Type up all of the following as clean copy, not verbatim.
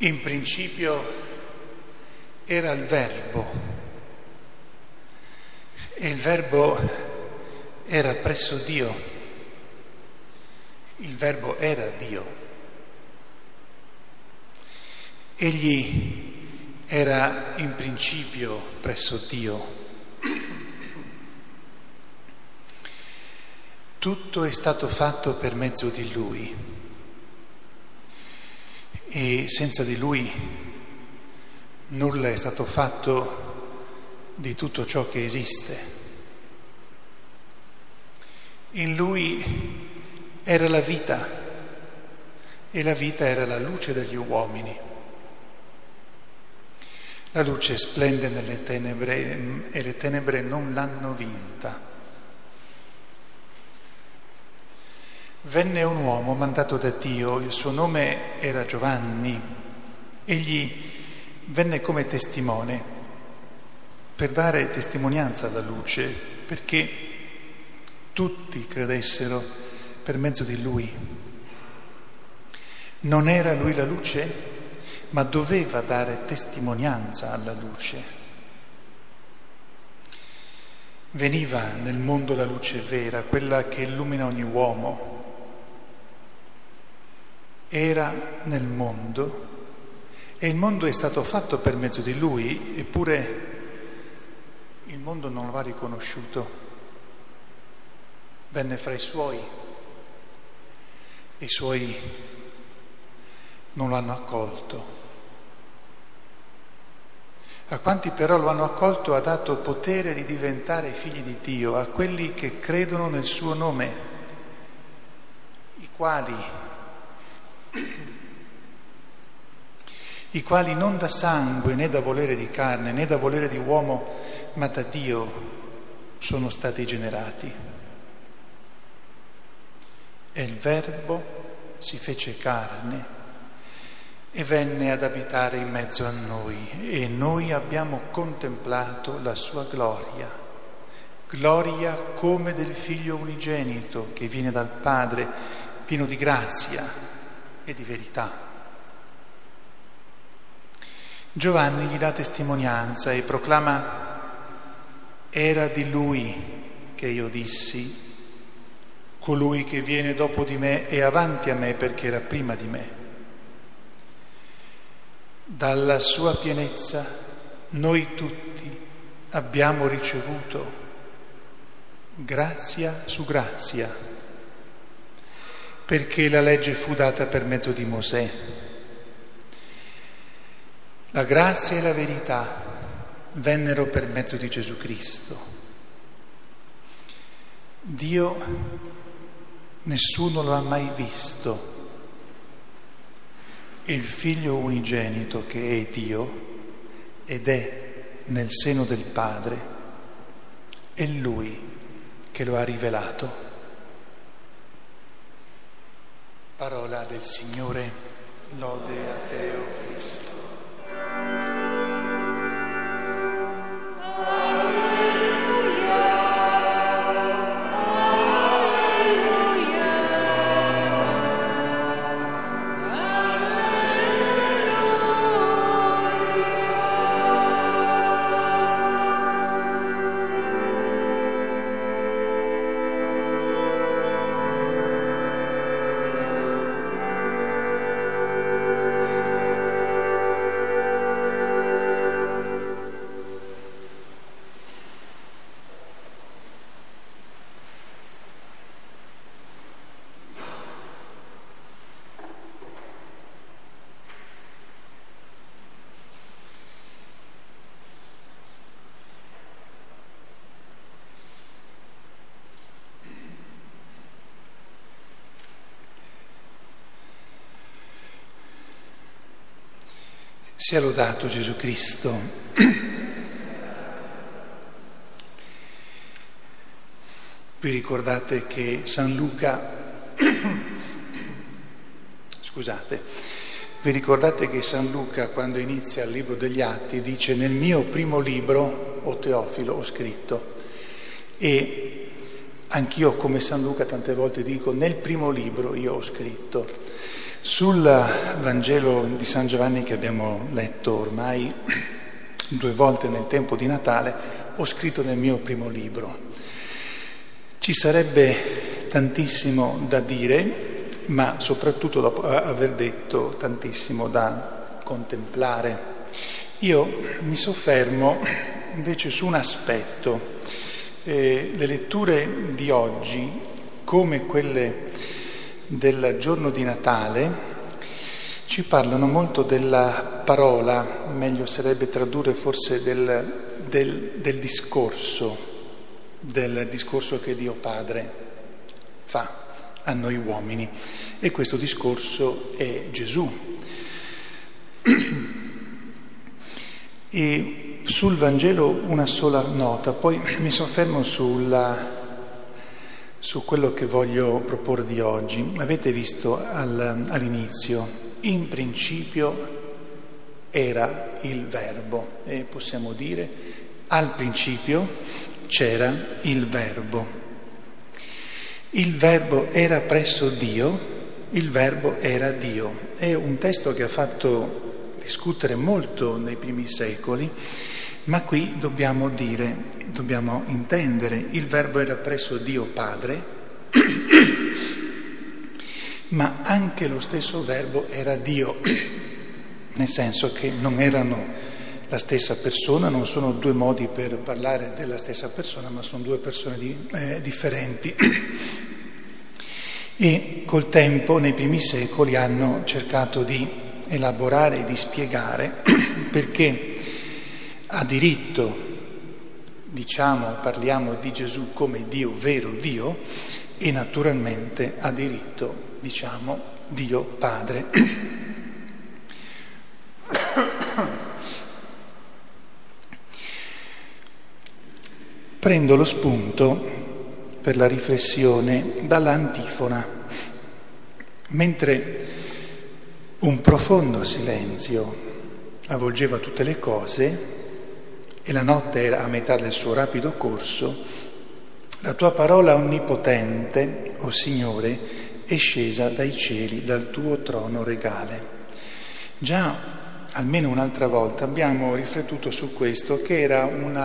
In principio era il Verbo, e il Verbo era presso Dio, il Verbo era Dio. Egli era in principio presso Dio. Tutto è stato fatto per mezzo di Lui. E senza di Lui nulla è stato fatto di tutto ciò che esiste. In Lui era la vita e la vita era la luce degli uomini. La luce splende nelle tenebre e le tenebre non l'hanno vinta. Venne un uomo mandato da Dio, il suo nome era Giovanni. Egli venne come testimone per dare testimonianza alla luce, perché tutti credessero per mezzo di lui. Non era lui la luce, ma doveva dare testimonianza alla luce. Veniva nel mondo la luce vera, quella che illumina ogni uomo. Era nel mondo e il mondo è stato fatto per mezzo di lui, eppure il mondo non lo ha riconosciuto. Venne fra i suoi e i suoi non lo hanno accolto. A quanti però lo hanno accolto ha dato potere di diventare figli di Dio, a quelli che credono nel suo nome, i quali non da sangue, né da volere di carne, né da volere di uomo, ma da Dio sono stati generati. E il Verbo si fece carne e venne ad abitare in mezzo a noi, e noi abbiamo contemplato la sua gloria come del Figlio unigenito che viene dal Padre, pieno di grazia e di verità. Giovanni gli dà testimonianza e proclama: era di lui che io dissi, colui che viene dopo di me è avanti a me perché era prima di me. Dalla sua pienezza noi tutti abbiamo ricevuto grazia su grazia, perché la legge fu data per mezzo di Mosè. La grazia e la verità vennero per mezzo di Gesù Cristo. Dio nessuno lo ha mai visto. Il Figlio unigenito che è Dio ed è nel seno del Padre, è Lui che lo ha rivelato. Parola del Signore, lode a te, o Cristo. Sia lodato Gesù Cristo. Vi ricordate che San Luca, vi ricordate che San Luca, quando inizia il libro degli Atti, dice: nel mio primo libro, o Teofilo, ho scritto. E anch'io, come San Luca, tante volte dico: nel primo libro io ho scritto. Sul Vangelo di San Giovanni che abbiamo letto ormai 2 volte nel tempo di Natale, ho scritto nel mio primo libro. Ci sarebbe tantissimo da dire, ma soprattutto dopo aver detto tantissimo da contemplare. Io mi soffermo invece su un aspetto. Le letture di oggi, come quelle del giorno di Natale, ci parlano molto della parola, meglio sarebbe tradurre forse del discorso che Dio Padre fa a noi uomini, e questo discorso è Gesù. E sul Vangelo una sola nota, poi mi soffermo su quello che voglio proporvi oggi. Avete visto all'inizio, in principio era il Verbo, e possiamo dire al principio c'era il Verbo. Il Verbo era presso Dio, il Verbo era Dio. È un testo che ha fatto discutere molto nei primi secoli, ma qui dobbiamo intendere, il Verbo era presso Dio Padre, ma anche lo stesso Verbo era Dio, nel senso che non erano la stessa persona, non sono 2 modi per parlare della stessa persona, ma sono 2 persone differenti. E col tempo, nei primi secoli, hanno cercato di elaborare e di spiegare perché ha diritto, parliamo di Gesù come Dio, vero Dio, e naturalmente ha diritto, Dio Padre. Prendo lo spunto per la riflessione dall'antifona. Mentre un profondo silenzio avvolgeva tutte le cose e la notte era a metà del suo rapido corso, la tua parola onnipotente, o Signore, è scesa dai cieli, dal tuo trono regale. Già almeno un'altra volta abbiamo riflettuto su questo, che era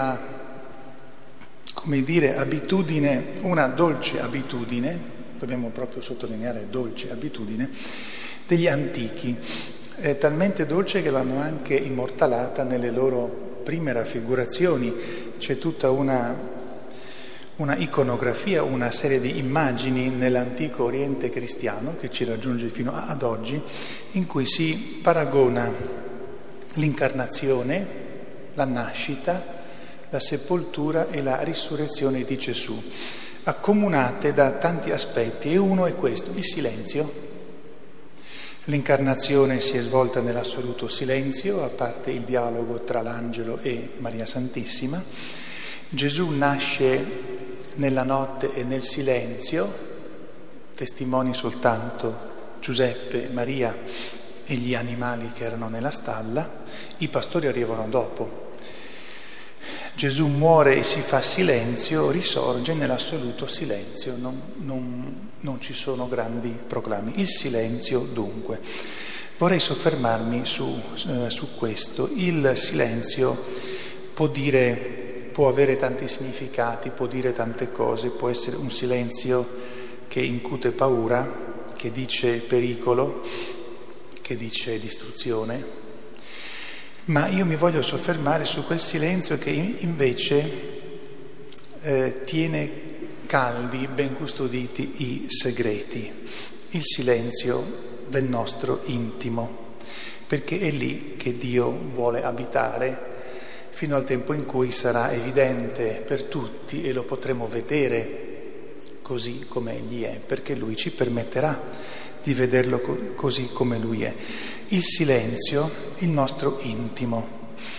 abitudine, una dolce abitudine, dobbiamo proprio sottolineare dolce abitudine, degli antichi, talmente dolce che l'hanno anche immortalata nelle loro prime raffigurazioni. C'è tutta una iconografia, una serie di immagini nell'antico Oriente cristiano che ci raggiunge fino ad oggi, in cui si paragona l'incarnazione, la nascita, la sepoltura e la risurrezione di Gesù, accomunate da tanti aspetti, e uno è questo, il silenzio. L'incarnazione si è svolta nell'assoluto silenzio, a parte il dialogo tra l'angelo e Maria Santissima. Gesù nasce nella notte e nel silenzio, testimoni soltanto Giuseppe, Maria e gli animali che erano nella stalla. I pastori arrivano dopo. Gesù muore e si fa silenzio, risorge nell'assoluto silenzio, non ci sono grandi proclami. Il silenzio dunque. Vorrei soffermarmi su questo. Il silenzio può avere tanti significati, può dire tante cose, può essere un silenzio che incute paura, che dice pericolo, che dice distruzione. Ma io mi voglio soffermare su quel silenzio che invece tiene caldi, ben custoditi i segreti, il silenzio del nostro intimo, perché è lì che Dio vuole abitare fino al tempo in cui sarà evidente per tutti e lo potremo vedere così come Egli è, perché Lui ci permetterà di vederlo così come Lui è. Il silenzio, il nostro intimo.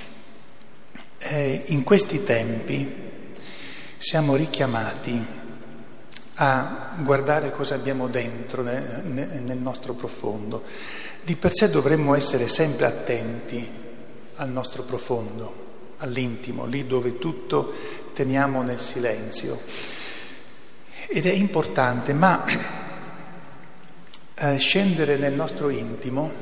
In questi tempi siamo richiamati a guardare cosa abbiamo dentro nel nostro profondo. Di per sé dovremmo essere sempre attenti al nostro profondo, all'intimo, lì dove tutto teniamo nel silenzio. Ed è importante, ma Scendere nel nostro intimo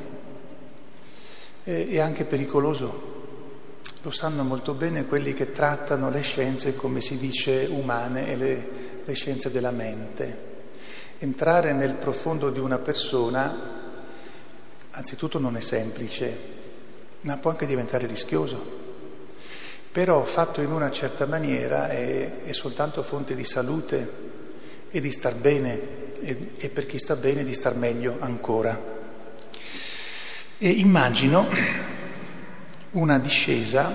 è anche pericoloso. Lo sanno molto bene quelli che trattano le scienze, come si dice, umane e le scienze della mente. Entrare nel profondo di una persona, anzitutto non è semplice, ma può anche diventare rischioso. Però fatto in una certa maniera è soltanto fonte di salute e di star bene, e per chi sta bene di star meglio ancora. E immagino una discesa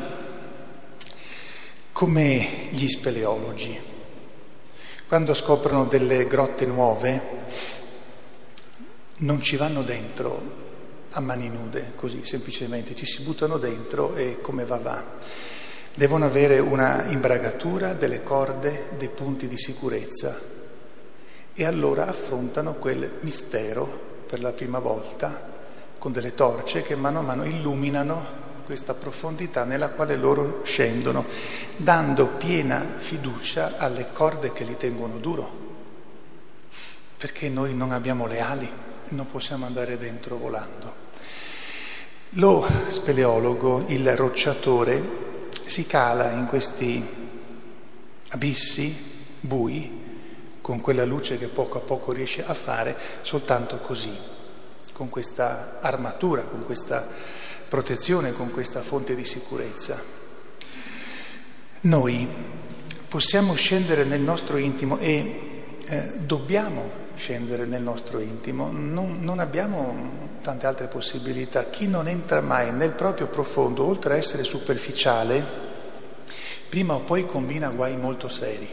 come gli speleologi, quando scoprono delle grotte nuove, non ci vanno dentro a mani nude, così semplicemente, ci si buttano dentro e come va. Devono avere una imbragatura, delle corde, dei punti di sicurezza e allora affrontano quel mistero per la prima volta con delle torce che mano a mano illuminano questa profondità nella quale loro scendono, dando piena fiducia alle corde che li tengono duro, perché noi non abbiamo le ali, non possiamo andare dentro volando. Lo speleologo, il rocciatore, si cala in questi abissi bui con quella luce che poco a poco riesce a fare soltanto così, con questa armatura, con questa protezione, con questa fonte di sicurezza. Noi possiamo scendere nel nostro intimo e dobbiamo scendere nel nostro intimo, non abbiamo tante altre possibilità. Chi non entra mai nel proprio profondo, oltre a essere superficiale, prima o poi combina guai molto seri.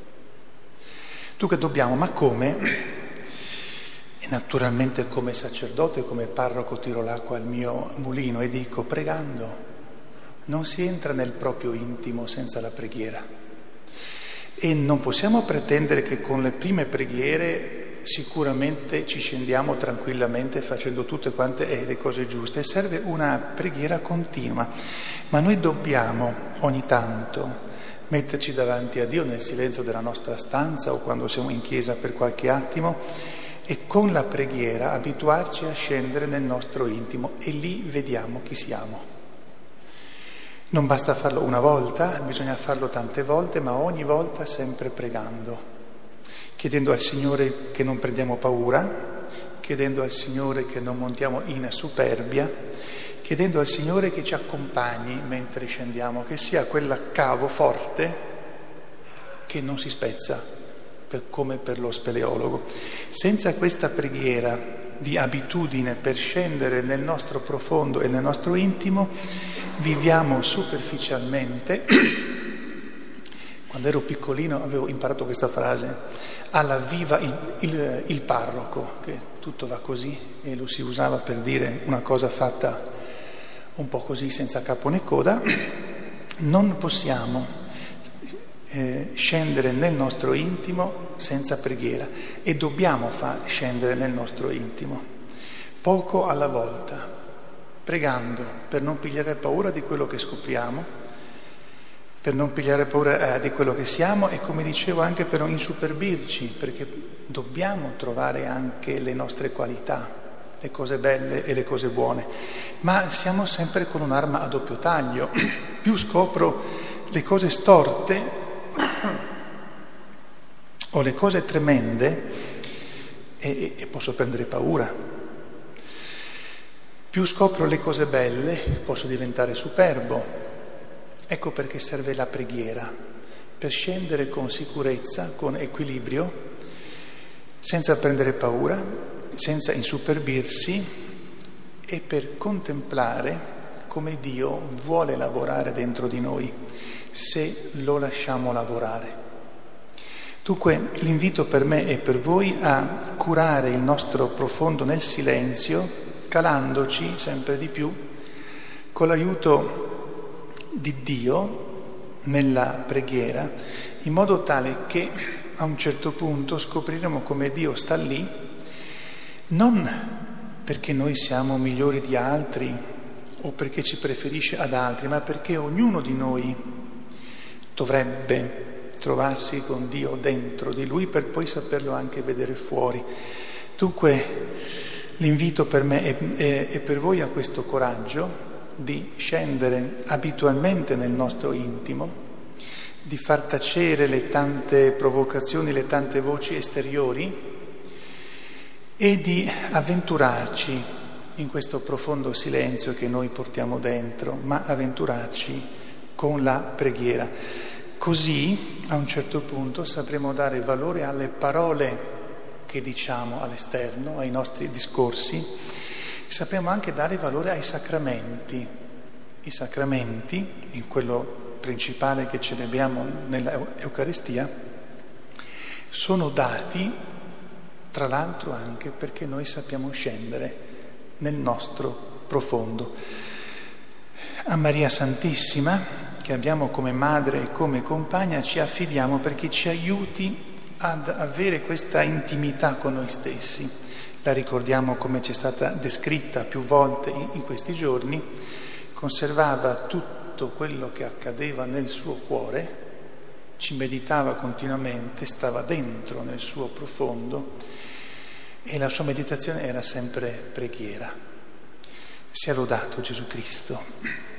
Dunque dobbiamo, ma come? E naturalmente come sacerdote, come parroco tiro l'acqua al mio mulino e dico, pregando, non si entra nel proprio intimo senza la preghiera. E non possiamo pretendere che con le prime preghiere sicuramente ci scendiamo tranquillamente facendo tutte quante le cose giuste. Serve una preghiera continua, ma noi dobbiamo ogni tanto metterci davanti a Dio nel silenzio della nostra stanza o quando siamo in chiesa per qualche attimo e con la preghiera abituarci a scendere nel nostro intimo e lì vediamo chi siamo. Non basta farlo una volta, bisogna farlo tante volte, ma ogni volta sempre pregando, chiedendo al Signore che non prendiamo paura, chiedendo al Signore che non montiamo in superbia, chiedendo al Signore che ci accompagni mentre scendiamo, che sia quel cavo forte che non si spezza, come per lo speleologo. Senza questa preghiera di abitudine per scendere nel nostro profondo e nel nostro intimo, viviamo superficialmente. Quando ero piccolino avevo imparato questa frase, alla viva il parroco, che tutto va così, e lo si usava per dire una cosa fatta un po' così senza capo né coda. Non possiamo scendere nel nostro intimo senza preghiera e dobbiamo scendere nel nostro intimo poco alla volta, pregando per non pigliare paura di quello che scopriamo, per non pigliare paura di quello che siamo e, come dicevo, anche per non insuperbirci, perché dobbiamo trovare anche le nostre qualità, le cose belle e le cose buone, ma siamo sempre con un'arma a doppio taglio. Più scopro le cose storte o le cose tremende e posso prendere paura. Più scopro le cose belle posso diventare superbo. Ecco perché serve la preghiera, per scendere con sicurezza, con equilibrio, senza prendere paura, senza insuperbirsi e per contemplare come Dio vuole lavorare dentro di noi, se lo lasciamo lavorare. Dunque l'invito per me e per voi a curare il nostro profondo nel silenzio, calandoci sempre di più con l'aiuto di Dio nella preghiera, in modo tale che a un certo punto scopriremo come Dio sta lì, non perché noi siamo migliori di altri o perché ci preferisce ad altri, ma perché ognuno di noi dovrebbe trovarsi con Dio dentro di Lui per poi saperlo anche vedere fuori. Dunque L'invito per me e per voi a questo coraggio di scendere abitualmente nel nostro intimo, di far tacere le tante provocazioni, le tante voci esteriori e di avventurarci in questo profondo silenzio che noi portiamo dentro, ma avventurarci con la preghiera. Così, a un certo punto, sapremo dare valore alle parole che diciamo all'esterno, ai nostri discorsi, sapremo anche dare valore ai sacramenti. I sacramenti, in quello principale che celebriamo nell'Eucaristia, sono dati, tra l'altro, anche perché noi sappiamo scendere nel nostro profondo. A Maria Santissima, che abbiamo come madre e come compagna, ci affidiamo perché ci aiuti ad avere questa intimità con noi stessi. La ricordiamo come ci è stata descritta più volte in questi giorni. Conservava tutto quello che accadeva nel suo cuore, ci meditava continuamente, stava dentro nel suo profondo e la sua meditazione era sempre preghiera. Sia lodato Gesù Cristo.